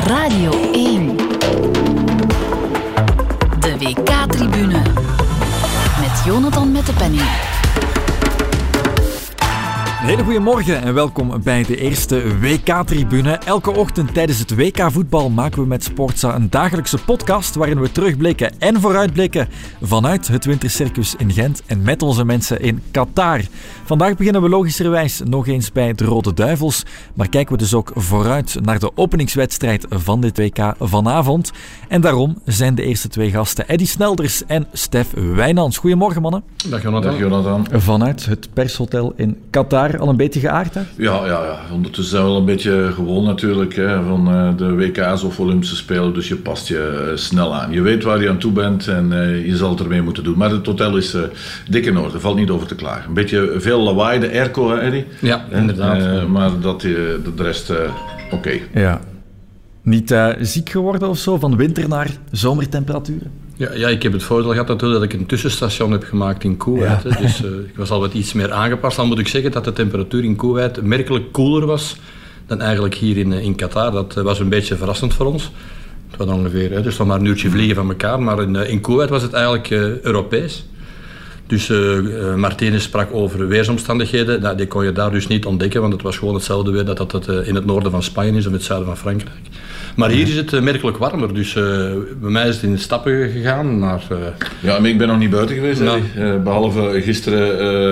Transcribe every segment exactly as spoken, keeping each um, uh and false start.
Radio één. De W K-tribune. Met Jonathan Mettepenning. Een hele goede morgen en welkom bij de eerste W K-tribune. Elke ochtend tijdens het W K-voetbal maken we met Sportza een dagelijkse podcast waarin we terugblikken en vooruitblikken vanuit het Wintercircus in Gent en met onze mensen in Qatar. Vandaag beginnen we logischerwijs nog eens bij de Rode Duivels, maar kijken we dus ook vooruit naar de openingswedstrijd van dit W K vanavond. En daarom zijn de eerste twee gasten Eddy Snelders en Stef Wijnands. Goedemorgen mannen. Dag Jonathan. Dag Jonathan. Vanuit het pershotel in Qatar. Al een beetje geaard, hè? Ja, ja, ja, ondertussen zijn we wel een beetje gewoon natuurlijk hè, van uh, de W K's of Olympische Spelen, dus je past je uh, snel aan. Je weet waar je aan toe bent en uh, je zal het ermee moeten doen. Maar het hotel is uh, dik in orde, valt niet over te klagen. Een beetje veel lawaai, de airco, hè, Eddy? Ja, eh, inderdaad. Uh, maar dat, uh, de rest, uh, oké. Okay. Ja. Niet uh, ziek geworden of zo, van winter naar zomertemperaturen? Ja, ja, ik heb het voordeel gehad natuurlijk dat ik een tussenstation heb gemaakt in Kuwait. Ja. Dus uh, ik was al wat iets meer aangepast. Dan moet ik zeggen dat de temperatuur in Kuwait merkelijk koeler was dan eigenlijk hier in, in Qatar. Dat uh, was een beetje verrassend voor ons. Het was ongeveer, hè, dus nog maar een uurtje vliegen van elkaar. Maar in, uh, in Kuwait was het eigenlijk uh, Europees. Dus uh, uh, Martinez sprak over weersomstandigheden. Nou, die kon je daar dus niet ontdekken, want het was gewoon hetzelfde weer dat dat uh, in het noorden van Spanje is of in het zuiden van Frankrijk. Maar hier is het uh, merkelijk warmer, dus uh, bij mij is het in stappen gegaan naar... Uh... Ja, maar ik ben nog niet buiten geweest, nou. uh, behalve gisteren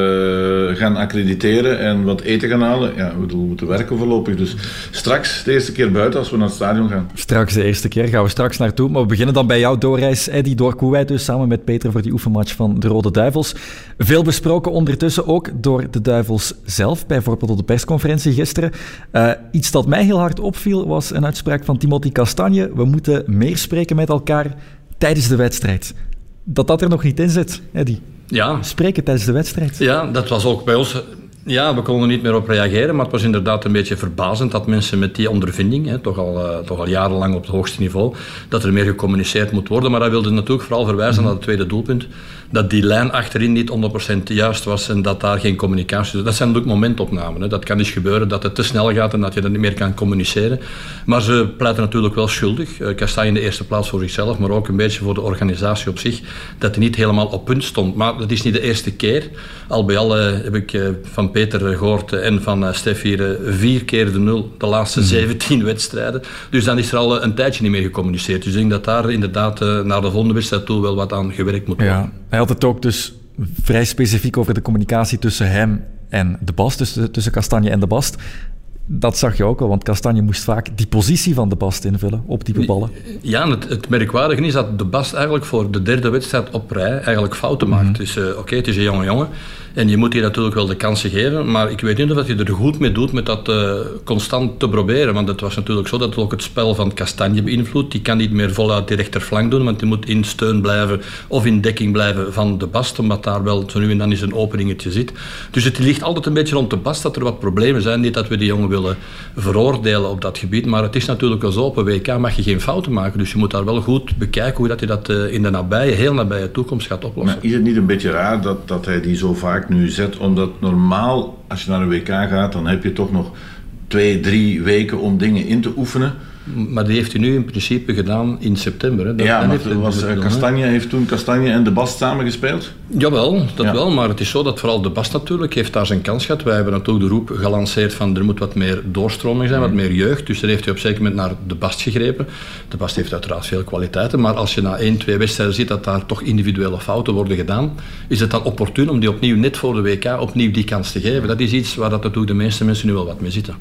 uh, gaan accrediteren en wat eten gaan halen. Ja, we moeten werken voorlopig, dus straks de eerste keer buiten als we naar het stadion gaan. Straks de eerste keer, gaan we straks naartoe. Maar we beginnen dan bij jouw doorreis, Eddy, door Kuwait dus, samen met Peter voor die oefenmatch van de Rode Duivels. Veel besproken ondertussen ook door de Duivels zelf, bijvoorbeeld op de persconferentie gisteren. Uh, iets dat mij heel hard opviel was een uitspraak van Timothy Castagne. We moeten meer spreken met elkaar tijdens de wedstrijd. Dat dat er nog niet in zit, Eddy. Ja. Spreken tijdens de wedstrijd. Ja, dat was ook bij ons... Ja, we konden er niet meer op reageren, maar het was inderdaad een beetje verbazend dat mensen met die ondervinding, hè, toch, al, uh, toch al jarenlang op het hoogste niveau, dat er meer gecommuniceerd moet worden. Maar dat wilde natuurlijk vooral verwijzen mm. naar het tweede doelpunt. Dat die lijn achterin niet honderd procent juist was en dat daar geen communicatie was. Dat zijn natuurlijk momentopnamen. Hè. Dat kan dus gebeuren dat het te snel gaat en dat je dan niet meer kan communiceren. Maar ze pleiten natuurlijk wel schuldig. Uh, Castagne in de eerste plaats voor zichzelf, maar ook een beetje voor de organisatie op zich, dat hij niet helemaal op punt stond. Maar dat is niet de eerste keer. Al bij al uh, heb ik uh, van Peter gehoord en van uh, Stef hier uh, vier keer de nul de laatste mm. zeventien wedstrijden. Dus dan is er al uh, een tijdje niet meer gecommuniceerd. Dus ik denk dat daar inderdaad uh, naar de volgende wedstrijd toe wel wat aan gewerkt moet worden. Ja, hij had het ook dus vrij specifiek over de communicatie tussen hem en de Bast, tussen, tussen Castagne en de Bast. Dat zag je ook wel, want Castagne moest vaak die positie van de Bast invullen op diepe ballen. Ja, het, het merkwaardige is dat de Bast eigenlijk voor de derde wedstrijd op rij eigenlijk fouten maakt. Mm-hmm. Dus uh, oké, okay, het is een jonge jongen en je moet hier natuurlijk wel de kansen geven, maar ik weet niet of hij er goed mee doet met dat uh, constant te proberen, want het was natuurlijk zo dat het ook het spel van Castagne beïnvloedt. Die kan niet meer voluit die rechterflank doen, want die moet in steun blijven of in dekking blijven van de Bast, omdat daar wel zo nu en dan eens een openingetje zit. Dus het ligt altijd een beetje rond de Bast dat er wat problemen zijn. Niet dat we die jongen willen veroordelen op dat gebied, maar het is natuurlijk wel zo, op een W K mag je geen fouten maken, dus je moet daar wel goed bekijken hoe dat je dat uh, in de nabije, heel nabije toekomst gaat oplossen. Maar is het niet een beetje raar dat, dat hij die zo vaak nu zet, omdat normaal, als je naar een W K gaat, dan heb je toch nog twee, drie weken om dingen in te oefenen. Maar die heeft hij nu in principe gedaan in september. Hè. Dat, ja, maar heeft was, uh, Castagne heeft toen Castagne en de Bast samen gespeeld? Jawel, dat ja. wel, maar het is zo dat vooral de Bast natuurlijk heeft daar zijn kans gehad. Wij hebben natuurlijk de roep gelanceerd van er moet wat meer doorstroming zijn, mm. wat meer jeugd. Dus daar heeft hij op een zeker moment naar de Bast gegrepen. De Bast heeft uiteraard veel kwaliteiten, maar als je na één, twee wedstrijden ziet dat daar toch individuele fouten worden gedaan, is het dan opportun om die opnieuw, net voor de W K, opnieuw die kans te geven. Dat is iets waar dat natuurlijk de meeste mensen nu wel wat mee zitten.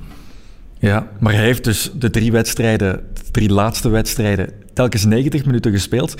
Ja, maar hij heeft dus de drie wedstrijden, de drie laatste wedstrijden, telkens negentig minuten gespeeld.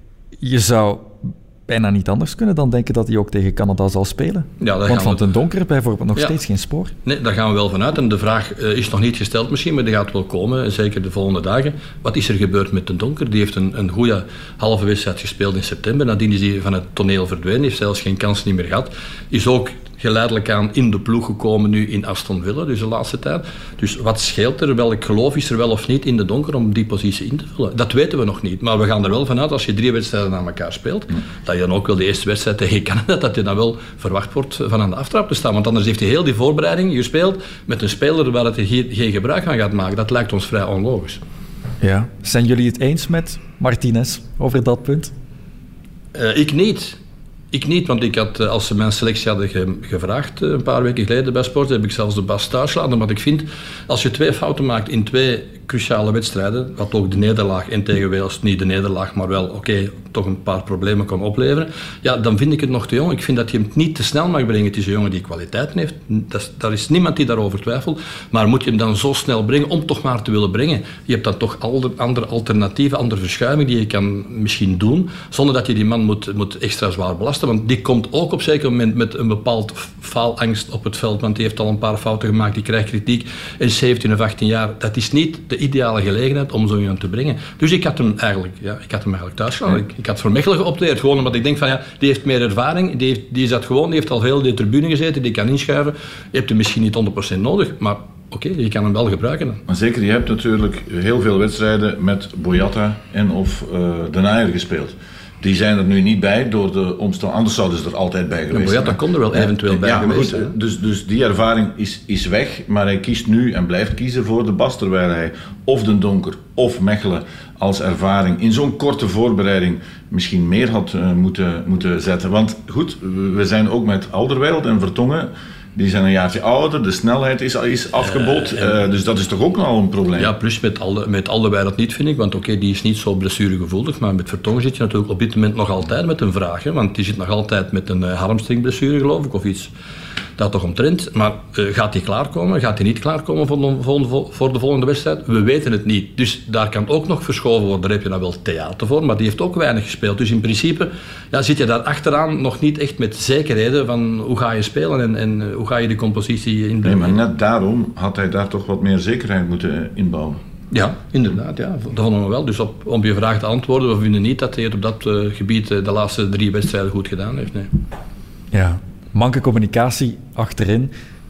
Je zou bijna niet anders kunnen dan denken dat hij ook tegen Canada zal spelen. Ja, Want van we... ten Donker bijvoorbeeld nog ja. steeds geen spoor. Nee, daar gaan we wel vanuit. En de vraag uh, is nog niet gesteld misschien, maar die gaat wel komen, zeker de volgende dagen. Wat is er gebeurd met ten Donker? Die heeft een, een goede halve wedstrijd gespeeld in september. Nadien is hij van het toneel verdwenen, heeft zelfs geen kans niet meer gehad. Is ook geleidelijk aan in de ploeg gekomen nu in Aston Villa, dus de laatste tijd. Dus wat scheelt er? Welk geloof is er wel of niet in de Donker om die positie in te vullen? Dat weten we nog niet, maar we gaan er wel vanuit als je drie wedstrijden aan elkaar speelt, ja. dat je dan ook wel de eerste wedstrijd tegen Canada, dat je dan wel verwacht wordt van aan de aftrap te staan. Want anders heeft hij heel die voorbereiding gespeeld met een speler waar het hier geen gebruik van gaat maken. Dat lijkt ons vrij onlogisch. Ja. Zijn jullie het eens met Martinez over dat punt? Uh, ik niet. Ik niet, want ik had, als ze mijn selectie hadden ge- gevraagd een paar weken geleden bij Sport, heb ik zelfs de Bas thuis laten. Want ik vind, als je twee fouten maakt in twee cruciale wedstrijden, wat ook de nederlaag en tegen Wales, niet de nederlaag, maar wel, oké, okay, toch een paar problemen kan opleveren, ja, dan vind ik het nog te jong. Ik vind dat je hem niet te snel mag brengen. Het is een jongen die kwaliteiten heeft. Dat is, daar is niemand die daarover twijfelt. Maar moet je hem dan zo snel brengen om toch maar te willen brengen? Je hebt dan toch andere alternatieven, andere verschuivingen die je kan misschien doen, zonder dat je die man moet, moet extra zwaar belasten. Want die komt ook op een zeker moment met een bepaald faalangst op het veld. Want die heeft al een paar fouten gemaakt, die krijgt kritiek. En zeventien of achttien jaar, dat is niet de ideale gelegenheid om zo iemand te brengen. Dus ik had hem eigenlijk, ja, ik had hem eigenlijk thuis gedaan. Ik, ik had voor Mechelen geopteerd. Gewoon omdat ik denk van ja, die heeft meer ervaring. Die, heeft, die zat gewoon, die heeft al veel in de tribune gezeten. Die kan inschuiven. Je hebt hem misschien niet honderd procent nodig, maar oké, okay, je kan hem wel gebruiken dan. Maar zeker, je hebt natuurlijk heel veel wedstrijden met Boyata en of uh, De Naaier gespeeld. Die zijn er nu niet bij door de omstandigheden. Anders zouden ze er altijd bij geweest zijn. Ja, dat kon er wel eventueel ja, bij ja, geweest zijn. Dus, dus die ervaring is, is weg. Maar hij kiest nu en blijft kiezen voor de Bas. Terwijl hij of Den Donker of Mechelen als ervaring in zo'n korte voorbereiding misschien meer had uh, moeten, moeten zetten. Want goed, we zijn ook met Alderweireld en Vertongen. Die zijn een jaartje ouder, de snelheid is, is afgebot, uh, en, uh, dus dat is toch ook nog een probleem? Ja, plus met, alle, met Alderweireld niet, vind ik, want oké, okay, die is niet zo blessuregevoelig, maar met Vertongen zit je natuurlijk op dit moment nog altijd met een vraag, hè, want die zit nog altijd met een uh, hamstringblessure, geloof ik, of iets. Dat toch omtrent, maar uh, gaat hij klaarkomen? Gaat hij niet klaarkomen voor de, volgende, voor de volgende wedstrijd? We weten het niet. Dus daar kan ook nog verschoven worden. Daar heb je dan wel theater voor, maar die heeft ook weinig gespeeld. Dus in principe ja, zit je daar achteraan nog niet echt met zekerheden van hoe ga je spelen en, en uh, hoe ga je de compositie inbrengen. Nee, maar net daarom had hij daar toch wat meer zekerheid moeten inbouwen. Ja, inderdaad. Ja. Dat vonden we wel. Dus op, om je vraag te antwoorden, we vinden niet dat hij het op dat uh, gebied uh, de laatste drie wedstrijden goed gedaan heeft. Nee. Ja. Manke communicatie achterin.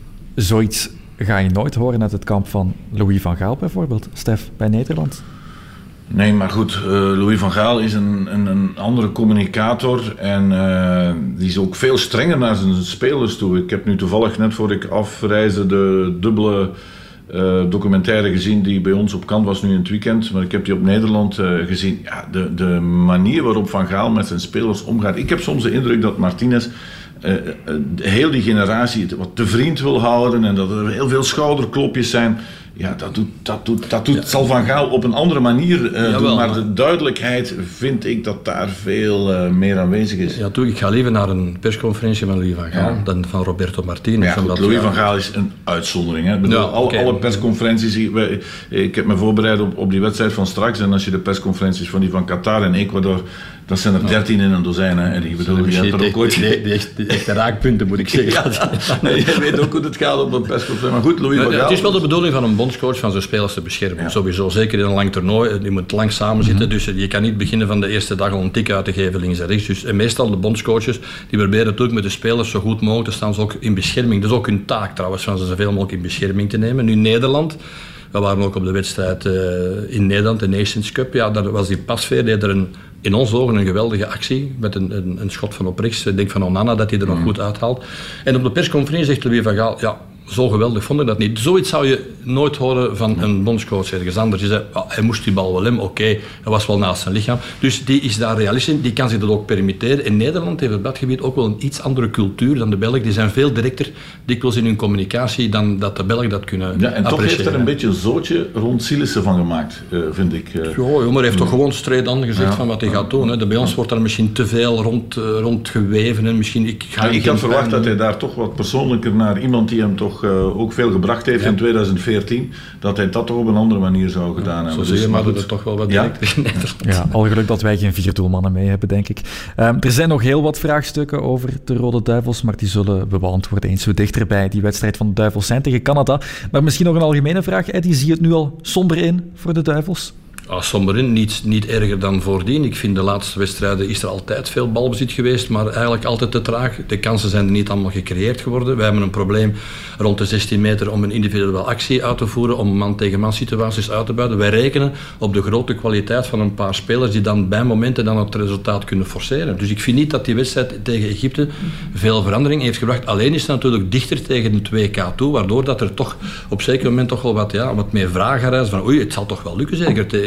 Zoiets ga je nooit horen uit het kamp van Louis van Gaal bijvoorbeeld, Stef, bij Nederland. Nee, maar goed, uh, Louis van Gaal is een, een, een andere communicator en uh, die is ook veel strenger naar zijn spelers toe. Ik heb nu toevallig net voor ik afreisde de dubbele uh, documentaire gezien die bij ons op kant was nu in het weekend, maar ik heb die op Nederland uh, gezien. Ja, de, de manier waarop Van Gaal met zijn spelers omgaat. Ik heb soms de indruk dat Martinez Uh, uh, heel die generatie wat te vriend wil houden en dat er heel veel schouderklopjes zijn. Ja, dat doet, dat doet, dat doet, ja. zal Van Gaal op een andere manier uh, ja, doen, maar de duidelijkheid vind ik dat daar veel uh, meer aanwezig is. Ja, toe, ik ga liever naar een persconferentie van Louis van Gaal ja. dan van Roberto Martinez. Ja, goed, Louis ja. van Gaal is een uitzondering. Hè. Ik bedoel, ja, alle, okay. alle persconferenties, wij, ik heb me voorbereid op, op die wedstrijd van straks en als je de persconferenties van die van Qatar en Ecuador, dat zijn er dertien in een dozijn. Hè. En ik bedoel, je hebt er ook ooit... Nee, de echte, echte raakpunten moet ik zeggen. Ja, nee, je weet ook hoe het gaat op een persconferentie. Maar goed, Louis van Gaal... Het is wel de bedoeling van een bondscoach van zijn spelers te beschermen. Ja. Sowieso, zeker in een lang toernooi. Je moet lang samen zitten, mm-hmm. dus je kan niet beginnen van de eerste dag al een tik uit te geven links en rechts. Dus en meestal de bondscoaches, die proberen natuurlijk met de spelers zo goed mogelijk te staan ze ook in bescherming. Dat is ook hun taak trouwens, van ze zoveel mogelijk in bescherming te nemen. Nu Nederland... We waren ook op de wedstrijd uh, in Nederland, de Nations Cup. Ja, daar was die Pasveer, die had er een, in onze ogen een geweldige actie. Met een, een, een schot van op rechts. Ik denk van Onana dat hij er nog mm. goed uithaalt. En op de persconferentie zegt Louis van Gaal... Ja, zo geweldig vond ik dat niet. Zoiets zou je nooit horen van een bondscoach ergens anders. Je zei, oh, hij moest die bal wel hebben, oké, okay, hij was wel naast zijn lichaam. Dus die is daar realistisch in, die kan zich dat ook permitteren. In Nederland heeft op dat gebied ook wel een iets andere cultuur dan de Belgen. Die zijn veel directer, dikwijls in hun communicatie, dan dat de Belgen dat kunnen Ja, en toch heeft er een beetje een zootje rond Sillissen van gemaakt, uh, vind ik. Uh, jo, maar hij heeft toch gewoon straight aan gezegd ja. van wat hij gaat doen. Hè. De, bij ons wordt er misschien te veel rond, uh, rond geweven. En misschien, ik ga ja, ik had verwacht dat hij daar toch wat persoonlijker naar iemand die hem toch... Uh, ook veel gebracht heeft ja. in twintig veertien, dat hij dat toch op een andere manier zou gedaan ja, hebben. Zo zie je, maar dat het toch wel wat direct ja. in Nederland. Ja, al geluk dat wij geen vier doelmannen mee hebben, denk ik. Um, er zijn nog heel wat vraagstukken over de Rode Duivels, maar die zullen we beantwoorden eens we dichter bij die wedstrijd van de Duivels zijn tegen Canada. Maar misschien nog een algemene vraag, Eddie, zie je het nu al somber in voor de Duivels? Ah, somber in, niet, niet erger dan voordien. Ik vind de laatste wedstrijden is er altijd veel balbezit geweest, maar eigenlijk altijd te traag. De kansen zijn er niet allemaal gecreëerd geworden. Wij hebben een probleem rond de zestien meter om een individuele actie uit te voeren, om man-tegen-man situaties uit te buiten. Wij rekenen op de grote kwaliteit van een paar spelers die dan bij momenten dan het resultaat kunnen forceren. Dus ik vind niet dat die wedstrijd tegen Egypte veel verandering heeft gebracht. Alleen is het natuurlijk dichter tegen het W K toe, waardoor dat er toch op zeker moment toch wel wat, ja, wat meer vragen rijst van oei, het zal toch wel lukken zeker.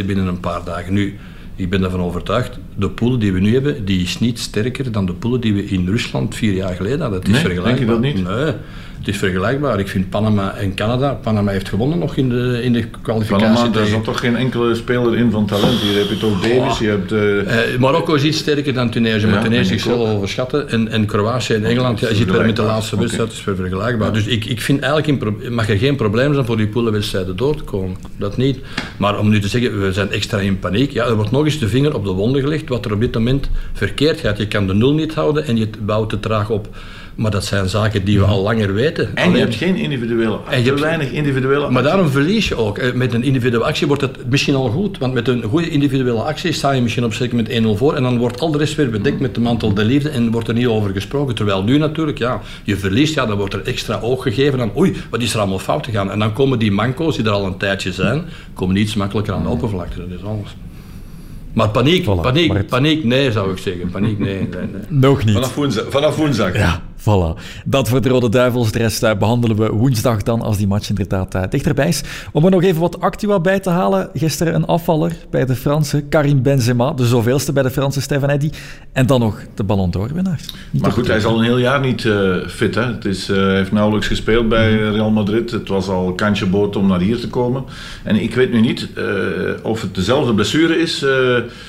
binnen een paar dagen. Nu, ik ben ervan overtuigd, de pool die we nu hebben, die is niet sterker dan de pool die we in Rusland vier jaar geleden hadden. Het is nee, vergelijkbaar. denk je dat niet? Nee, het is vergelijkbaar. Ik vind Panama en Canada, Panama heeft gewonnen nog in de, in de kwalificatie. Panama, daar zat toch geen enkele speler in van talent. Hier heb je toch Davis, je hebt... Uh... Uh, Marokko is iets sterker dan Tunesië, maar ja, Tunesië zichzelf overschatten. En, en Kroatië en Engeland, ja, je zit wel met de laatste wedstrijd, okay. is vergelijkbaar. Ja. Dus ik, ik vind eigenlijk, in, mag er geen probleem zijn voor die poolwedstrijden door te komen. Dat niet. Maar om nu te zeggen, we zijn extra in paniek, ja, er wordt nog eens de vinger op de wonden gelegd, wat er op dit moment verkeerd gaat. Je kan de nul niet houden en je bouwt te traag op. Maar dat zijn zaken die we al langer weten. En je hebt geen individuele, en je te hebt, weinig individuele actie. Maar daarom verlies je ook. Met een individuele actie wordt het misschien al goed. Want met een goede individuele actie sta je misschien op zeker met één nul voor. En dan wordt al de rest weer bedekt met de mantel der liefde en wordt er niet over gesproken. Terwijl nu natuurlijk, ja, je verliest, ja, dan wordt er extra oog gegeven. Dan, oei, wat is er allemaal fout gegaan? En dan komen die manco's die er al een tijdje zijn, komen iets makkelijker aan de oppervlakte. Dat is alles. Maar paniek, voilà, paniek, maar het... paniek, nee zou ik zeggen. Paniek, nee. nee, nee. Nog niet. Vanaf woensdag. Vanaf woensdag. Ja, voilà. Dat voor de Rode Duivels. De rest uh, behandelen we woensdag dan, als die match inderdaad uh, dichterbij is. Om er nog even wat actua bij te halen. Gisteren een afvaller bij de Fransen, Karim Benzema. De zoveelste bij de Fransen, Stefan Eddy. En dan nog de Ballon d'Or winnaar. Maar goed, hij is al een heel jaar niet uh, fit. Hè? Het is, uh, hij heeft nauwelijks gespeeld bij Real Madrid. Het was al kantje boord om naar hier te komen. En ik weet nu niet uh, of het dezelfde blessure is... Uh,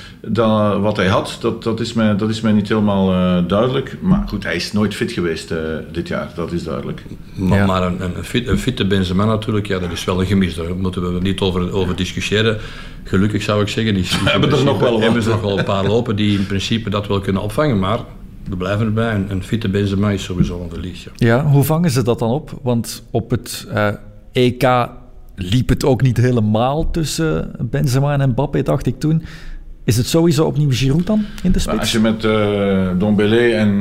Dan wat hij had, dat, dat, is mij, dat is mij niet helemaal uh, duidelijk. Maar goed, hij is nooit fit geweest uh, dit jaar, dat is duidelijk. Maar, ja. maar een, een, fit, een fitte Benzema natuurlijk, ja, dat is wel een gemis. Daar moeten we niet over, over discussiëren. Gelukkig zou ik zeggen, die, die hebben er nog wel hebben ze nog wel een paar lopen die in principe dat wel kunnen opvangen. Maar we blijven erbij, een, een fitte Benzema is sowieso een verlies. Ja. ja, hoe vangen ze dat dan op? Want op het uh, E K liep het ook niet helemaal tussen Benzema en Mbappé, dacht ik toen. Is het sowieso opnieuw Giroud dan in de spits? Als je met uh, Dombele en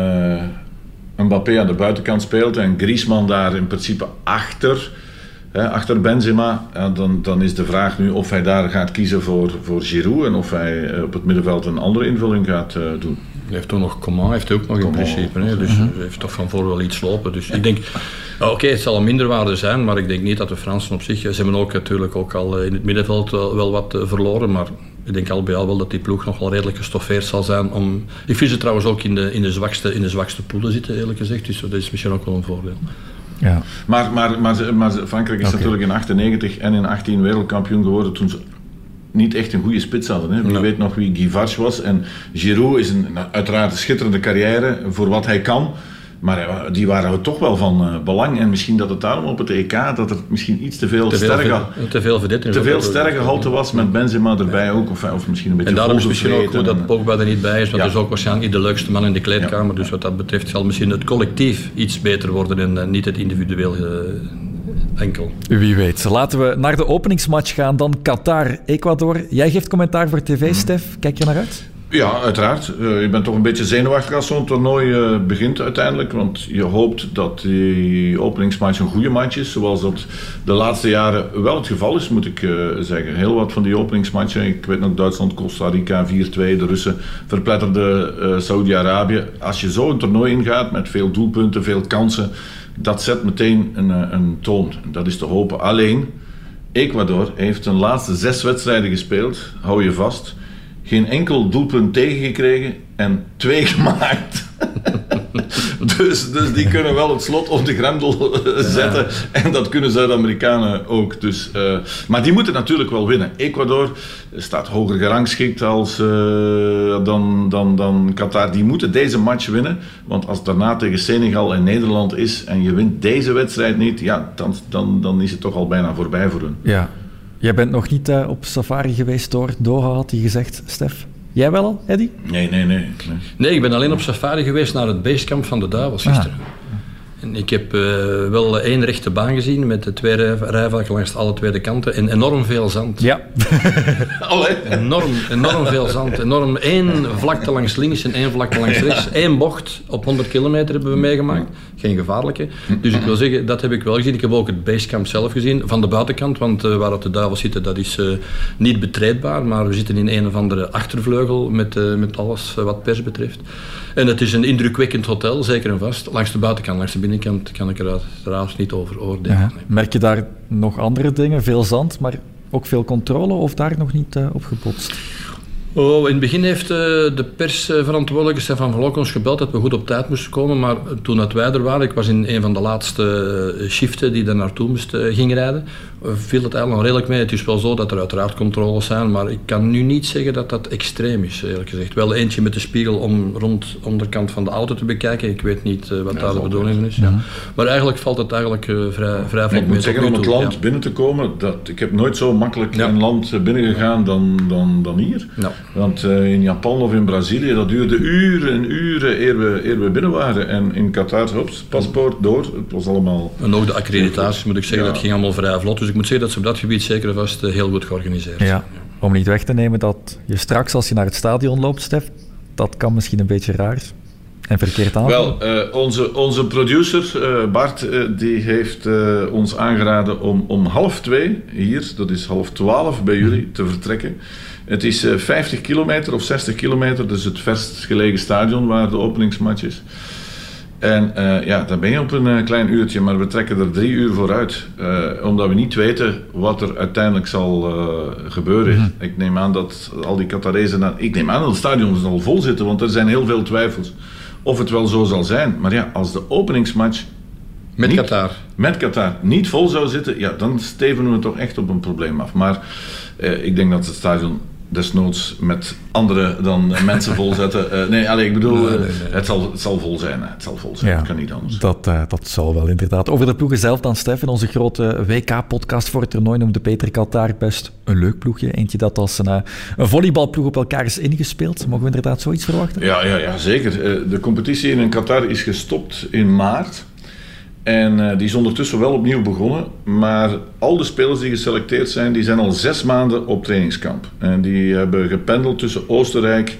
uh, Mbappé aan de buitenkant speelt en Griezmann daar in principe achter, hè, achter Benzema, ja, dan, dan is de vraag nu of hij daar gaat kiezen voor, voor Giroud en of hij uh, op het middenveld een andere invulling gaat uh, doen. Hij heeft ook nog Coman, heeft hij ook nog Coman, in principe. Hè? Dus uh-huh. hij heeft toch van voor wel iets lopen. Dus ik denk, oké, okay, het zal een minderwaarde zijn, maar ik denk niet dat de Fransen op zich... Ze hebben ook natuurlijk ook al in het middenveld wel, wel wat uh, verloren, maar ik denk al bij al wel dat die ploeg nog wel redelijk gestoffeerd zal zijn. Om... Ik vind ze trouwens ook in de, in de, zwakste, in de zwakste poelen zitten, eerlijk gezegd. Dus dat is misschien ook wel een voordeel. Ja. Maar, maar, maar, maar Frankrijk is okay. natuurlijk in achtennegentig en in achttien wereldkampioen geworden toen ze niet echt een goede spits hadden. Hè. Wie ja. weet nog wie Guy Varche was. En Giroud is een, uiteraard een schitterende carrière voor wat hij kan. Maar die waren toch wel van uh, belang. En misschien dat het daarom op het E K dat er misschien iets te veel, te veel sterke, te veel, te veel sterrengehalte was met Benzema erbij ja. ook. Of, of misschien een beetje en daarom is het misschien ook goed dat Pogba er niet bij is. Want ja. dat is ook waarschijnlijk niet de leukste man in de kleedkamer. Ja. Dus wat dat betreft zal misschien het collectief iets beter worden en uh, niet het individueel uh, enkel. Wie weet. Laten we naar de openingsmatch gaan. Dan Qatar, Ecuador. Jij geeft commentaar voor tv, mm. Stef. Kijk je naar uit? Ja, uiteraard. Uh, je bent toch een beetje zenuwachtig als zo'n toernooi uh, begint uiteindelijk. Want je hoopt dat die openingsmatch een goede match is. Zoals dat de laatste jaren wel het geval is, moet ik uh, zeggen. Heel wat van die openingsmatchen. Ik weet nog Duitsland, Costa Rica vier twee. De Russen verpletterden uh, Saudi-Arabië. Als je zo een toernooi ingaat met veel doelpunten, veel kansen. Dat zet meteen een, een toon. Dat is te hopen. Alleen, Ecuador heeft zijn laatste zes wedstrijden gespeeld. Hou je vast. Geen enkel doelpunt tegengekregen en twee gemaakt. dus, dus die kunnen wel het slot op de grendel zetten. Ja. En dat kunnen Zuid-Amerikanen ook. Dus, uh, maar die moeten natuurlijk wel winnen. Ecuador staat hoger gerangschikt als, uh, dan, dan, dan Qatar. Die moeten deze match winnen. Want als het daarna tegen Senegal en Nederland is en je wint deze wedstrijd niet, ja, dan, dan, dan is het toch al bijna voorbij voor hun. Ja. Jij bent nog niet uh, op safari geweest door Doha, had hij gezegd, Stef. Jij wel al, Eddy? Nee, nee, nee, nee. Nee, ik ben alleen op safari geweest naar het basecamp van de Duivels gisteren. Ah. En ik heb uh, wel één rechte baan gezien met de twee rijvakken langs alle twee kanten en enorm veel zand. Ja. enorm, enorm veel zand. Enorm één vlakte langs links en één vlakte langs rechts. Eén bocht op honderd kilometer hebben we meegemaakt. Geen gevaarlijke. Dus ik wil zeggen, dat heb ik wel gezien. Ik heb ook het basecamp zelf gezien, van de buitenkant. Want uh, waar de Duivels zitten, dat is uh, niet betreedbaar. Maar we zitten in een of andere achtervleugel met, uh, met alles uh, wat pers betreft. En het is een indrukwekkend hotel, zeker en vast. Langs de buitenkant, langs de binnenkant kan ik er trouwens niet over oordelen. Ja. Merk je daar nog andere dingen? Veel zand, maar ook veel controle of daar nog niet uh, op gebotst? Oh, in het begin heeft uh, de persverantwoordelijke Stefan Verloek ons gebeld dat we goed op tijd moesten komen, maar toen dat wij er waren, ik was in een van de laatste uh, shiften die daar naartoe moest, uh, ging rijden, uh, viel het eigenlijk nog redelijk mee. Het is wel zo dat er uiteraard controles zijn, maar ik kan nu niet zeggen dat dat extreem is, eerlijk gezegd. Wel eentje met de spiegel om rond de onderkant van de auto te bekijken, ik weet niet uh, wat ja, daar de bedoeling van is. Ja. Ja. Maar eigenlijk valt het eigenlijk uh, vrij, vrij vlot mee. Ik moet zeggen, om het land ja. binnen te komen, dat, ik heb nooit zo makkelijk ja. een land binnengegaan dan, dan, dan hier. Ja. Want uh, in Japan of in Brazilië, dat duurde uren en uren eer we, eer we binnen waren. En in Qatar, hops, paspoort, door. Het was allemaal... En ook de accreditaties, moet ik zeggen, ja. dat ging allemaal vrij vlot. Dus ik moet zeggen dat ze op dat gebied zeker vast uh, heel goed georganiseerd zijn. Ja. Om niet weg te nemen dat je straks, als je naar het stadion loopt, Stef, dat kan misschien een beetje raar en verkeerd aan. Wel, uh, onze, onze producer, uh, Bart, uh, die heeft uh, ons aangeraden om om half twee, hier, dat is half twaalf bij jullie, te vertrekken. Het is uh, vijftig kilometer of zestig kilometer, dus het verst gelegen stadion waar de openingsmatch is. En uh, ja, dan ben je op een uh, klein uurtje, maar we trekken er drie uur vooruit. Uh, omdat we niet weten wat er uiteindelijk zal uh, gebeuren. Mm-hmm. Ik neem aan dat al die Qatarezen... Ik neem aan dat het stadion zal vol zitten, want er zijn heel veel twijfels of het wel zo zal zijn. Maar ja, als de openingsmatch... Met niet, Qatar. Met Qatar niet vol zou zitten, ja, dan stevenen we toch echt op een probleem af. Maar uh, ik denk dat het stadion... desnoods met anderen dan mensen volzetten. Uh, nee, allee, ik bedoel, nee, nee, nee. Het, zal, het zal vol zijn. Hè. Het zal vol zijn, ja, het kan niet anders. Dat, uh, dat zal wel inderdaad. Over de ploegen zelf dan, Stef. In onze grote W K-podcast voor het toernooi noemde Peter Qatar best een leuk ploegje. Eentje dat als een, uh, een volleybalploeg op elkaar is ingespeeld. Mogen we inderdaad zoiets verwachten? Ja, ja, ja zeker. Uh, de competitie in Qatar is gestopt in maart. En uh, die is ondertussen wel opnieuw begonnen, maar al de spelers die geselecteerd zijn, die zijn al zes maanden op trainingskamp. En die hebben gependeld tussen Oostenrijk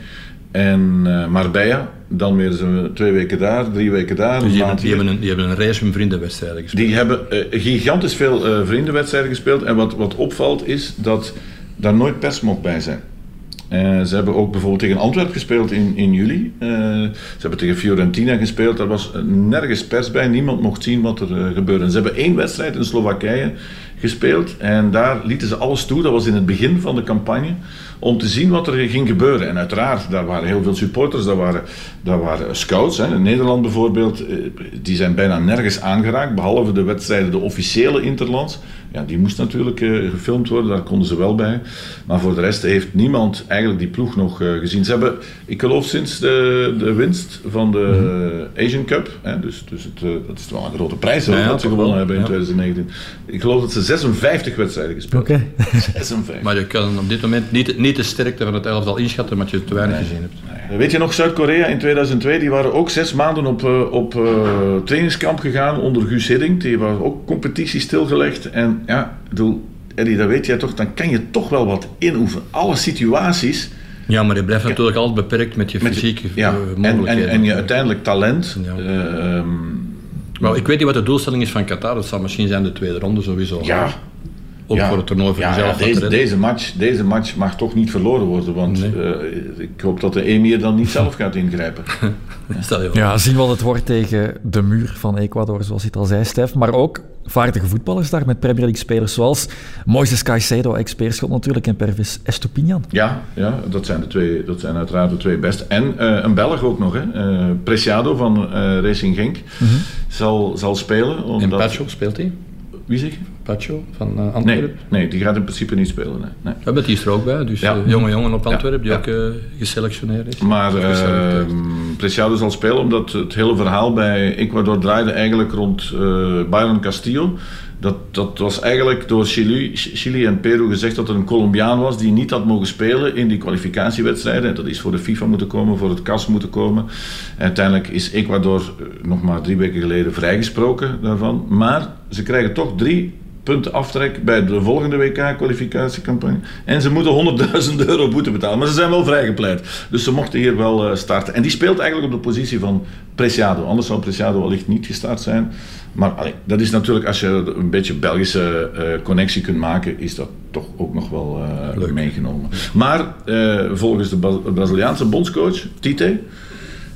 en uh, Marbella. Dan weer zo twee weken daar, drie weken daar. Dus die, hebben, die, hebben een, die hebben een reis van vriendenwedstrijden gespeeld. Die hebben uh, gigantisch veel uh, vriendenwedstrijden gespeeld. En wat, wat opvalt is dat daar nooit pers mocht bij zijn. Uh, ze hebben ook bijvoorbeeld tegen Antwerpen gespeeld in, in juli. Uh, ze hebben tegen Fiorentina gespeeld. Daar was nergens pers bij. Niemand mocht zien wat er uh, gebeurde. En ze hebben één wedstrijd in Slowakije gespeeld. En daar lieten ze alles toe. Dat was in het begin van de campagne. Om te zien wat er ging gebeuren. En uiteraard, daar waren heel veel supporters. Daar waren, daar waren scouts. Hè. In Nederland bijvoorbeeld. Uh, die zijn bijna nergens aangeraakt. Behalve de wedstrijden, de officiële interlands. Ja, die moest natuurlijk uh, gefilmd worden, daar konden ze wel bij. Maar voor de rest heeft niemand eigenlijk die ploeg nog uh, gezien. Ze hebben, ik geloof sinds de, de winst van de Asian Cup, hè, dus, dus het, uh, dat is wel een grote prijs ja, ja, dat ze gewonnen wel. hebben in ja. twintig negentien. Ik geloof dat ze zesenvijftig wedstrijden gespeeld okay. hebben. zesenvijftig. Maar je kan op dit moment niet, niet de sterkte van het elftal inschatten, omdat je te weinig nee. gezien hebt. Nee. Weet je nog, Zuid-Korea in tweeduizend twee, die waren ook zes maanden op, uh, op uh, trainingskamp gegaan onder Guus Hiddink. Die waren ook competitie stilgelegd. En ja, ik bedoel, Eddie, dat weet jij toch, dan kan je toch wel wat inoefenen. Alle situaties... Ja, maar je blijft ja, natuurlijk altijd beperkt met je fysieke met je, ja, mogelijkheden. En, en, en je uiteindelijk talent. Ja. Uh, um, maar ik weet niet wat de doelstelling is van Qatar. Dat zal misschien zijn de tweede ronde sowieso. Ja. Ook ja, voor het toernooi voor ja, jezelf. Ja, deze, deze, match, deze match mag toch niet verloren worden, want nee. uh, ik hoop dat de emir dan niet zelf gaat ingrijpen. Stel je ja, zien wat het wordt tegen de muur van Ecuador, zoals je het al zei, Stef. Maar ook vaardige voetballers daar met Premier League spelers zoals Moises Caicedo, ex-Peerschot natuurlijk, en Pervis Estupiñán. Ja, ja dat, zijn de twee, dat zijn uiteraard de twee best. En uh, een Belg ook nog, hè. Uh, Preciado van uh, Racing Genk mm-hmm. zal, zal spelen. Omdat... En Pacho speelt hij? Wie zeg je? Pacho van uh, Antwerpen? Nee, nee, die gaat in principe niet spelen. Nee. Nee. Ja, met die is er ook bij, dus ja. uh, jonge jongen op Antwerpen die ja. ook uh, geselectioneerd is. Maar uh, Preciado zal spelen omdat het hele verhaal bij Ecuador draaide eigenlijk rond uh, Byron Castillo. Dat, dat was eigenlijk door Chili, Chili en Peru gezegd dat er een Colombiaan was die niet had mogen spelen in die kwalificatiewedstrijden. Dat is voor de FIFA moeten komen, voor het C A S moeten komen. En uiteindelijk is Ecuador nog maar drie weken geleden vrijgesproken daarvan. Maar ze krijgen toch drie punten aftrek bij de volgende W K-kwalificatiecampagne. En ze moeten honderdduizend euro boete betalen. Maar ze zijn wel vrijgepleit. Dus ze mochten hier wel uh, starten. En die speelt eigenlijk op de positie van Preciado. Anders zou Preciado wellicht niet gestart zijn. Maar allee, dat is natuurlijk, als je een beetje Belgische uh, connectie kunt maken, is dat toch ook nog wel uh, meegenomen. Maar uh, volgens de Bra- Braziliaanse bondscoach, Tite,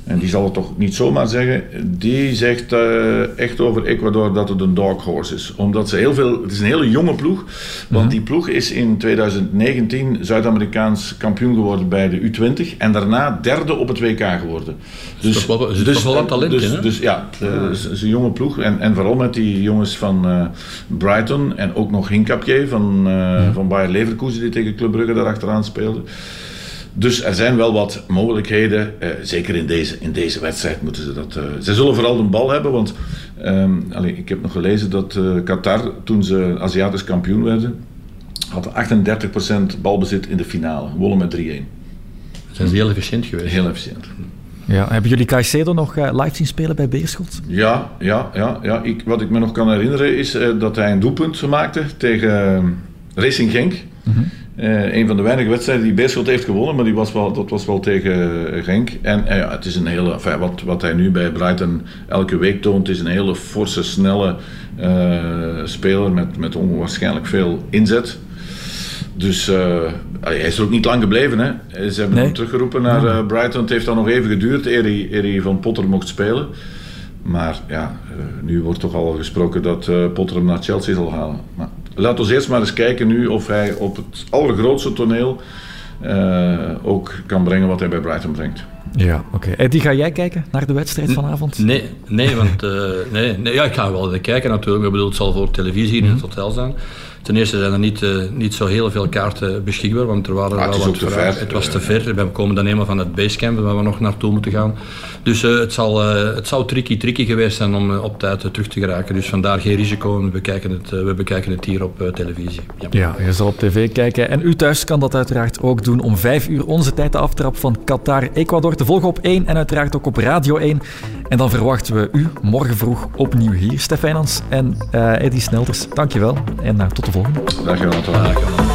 en die zal het toch niet zomaar zeggen, die zegt uh, echt over Ecuador dat het een dog horse is. Omdat ze heel veel, het is een hele jonge ploeg, want mm-hmm. die ploeg is in twintig negentien Zuid-Amerikaans kampioen geworden bij de U twintig en daarna derde op het W K geworden. Dus er zit dus, toch wel wat talent dus, in, hè? Dus ja, het is, is een jonge ploeg en, en vooral met die jongens van uh, Brighton en ook nog Hincapie van, uh, mm-hmm. van Bayer Leverkusen die tegen Club Brugge daar achteraan speelde. Dus er zijn wel wat mogelijkheden, eh, zeker in deze, in deze wedstrijd moeten ze dat... Uh, ze zullen vooral de bal hebben, want um, allez, ik heb nog gelezen dat uh, Qatar, toen ze Aziatisch kampioen werden, had achtendertig procent balbezit in de finale, wonnen met drie-een. Zijn ze heel efficiënt geweest? Heel efficiënt. Ja, hebben jullie Caicedo nog uh, live zien spelen bij Beerschot? Ja, ja, ja, ja. Ik, wat ik me nog kan herinneren is uh, dat hij een doelpunt maakte tegen uh, Racing Genk. Mm-hmm. Uh, een van de weinige wedstrijden die Beerschot heeft gewonnen, maar die was wel, dat was wel tegen Genk. En uh, ja, het is een hele, enfin, wat, wat hij nu bij Brighton elke week toont, is een hele forse, snelle uh, speler met, met onwaarschijnlijk veel inzet. Dus uh, hij is er ook niet lang gebleven. Hè. Ze hebben nee. hem teruggeroepen naar uh, Brighton. Het heeft dan nog even geduurd eer hij, eer hij van Potter mocht spelen. Maar ja, uh, nu wordt toch al gesproken dat uh, Potter hem naar Chelsea zal halen. Maar laten we eerst maar eens kijken nu of hij op het allergrootste toneel uh, ook kan brengen wat hij bij Brighton brengt. Ja, oké. Okay. Eddie, ga jij kijken naar de wedstrijd vanavond? Nee, nee want uh, nee, nee, ja, ik ga wel kijken natuurlijk. Ik bedoel, het zal voor televisie in het hotel zijn. Ten eerste zijn er niet, uh, niet zo heel veel kaarten beschikbaar, want er waren ah, wel wat vragen. Het was te ver. We komen dan eenmaal van het basecamp waar we nog naartoe moeten gaan. Dus uh, het, zal, uh, het zou tricky, tricky geweest zijn om uh, op tijd uh, terug te geraken. Dus vandaar geen risico. We bekijken het, uh, we bekijken het hier op uh, televisie. Ja. ja, je zal op tv kijken. En u thuis kan dat uiteraard ook doen. Om vijf uur onze tijd de aftrap van Qatar-Ecuador te volgen op één en uiteraard ook op Radio één. En dan verwachten we u morgen vroeg opnieuw hier. Stef Wijnands en uh, Eddie Snelders, dankjewel. En uh, tot de volgende. Dag Jonathan.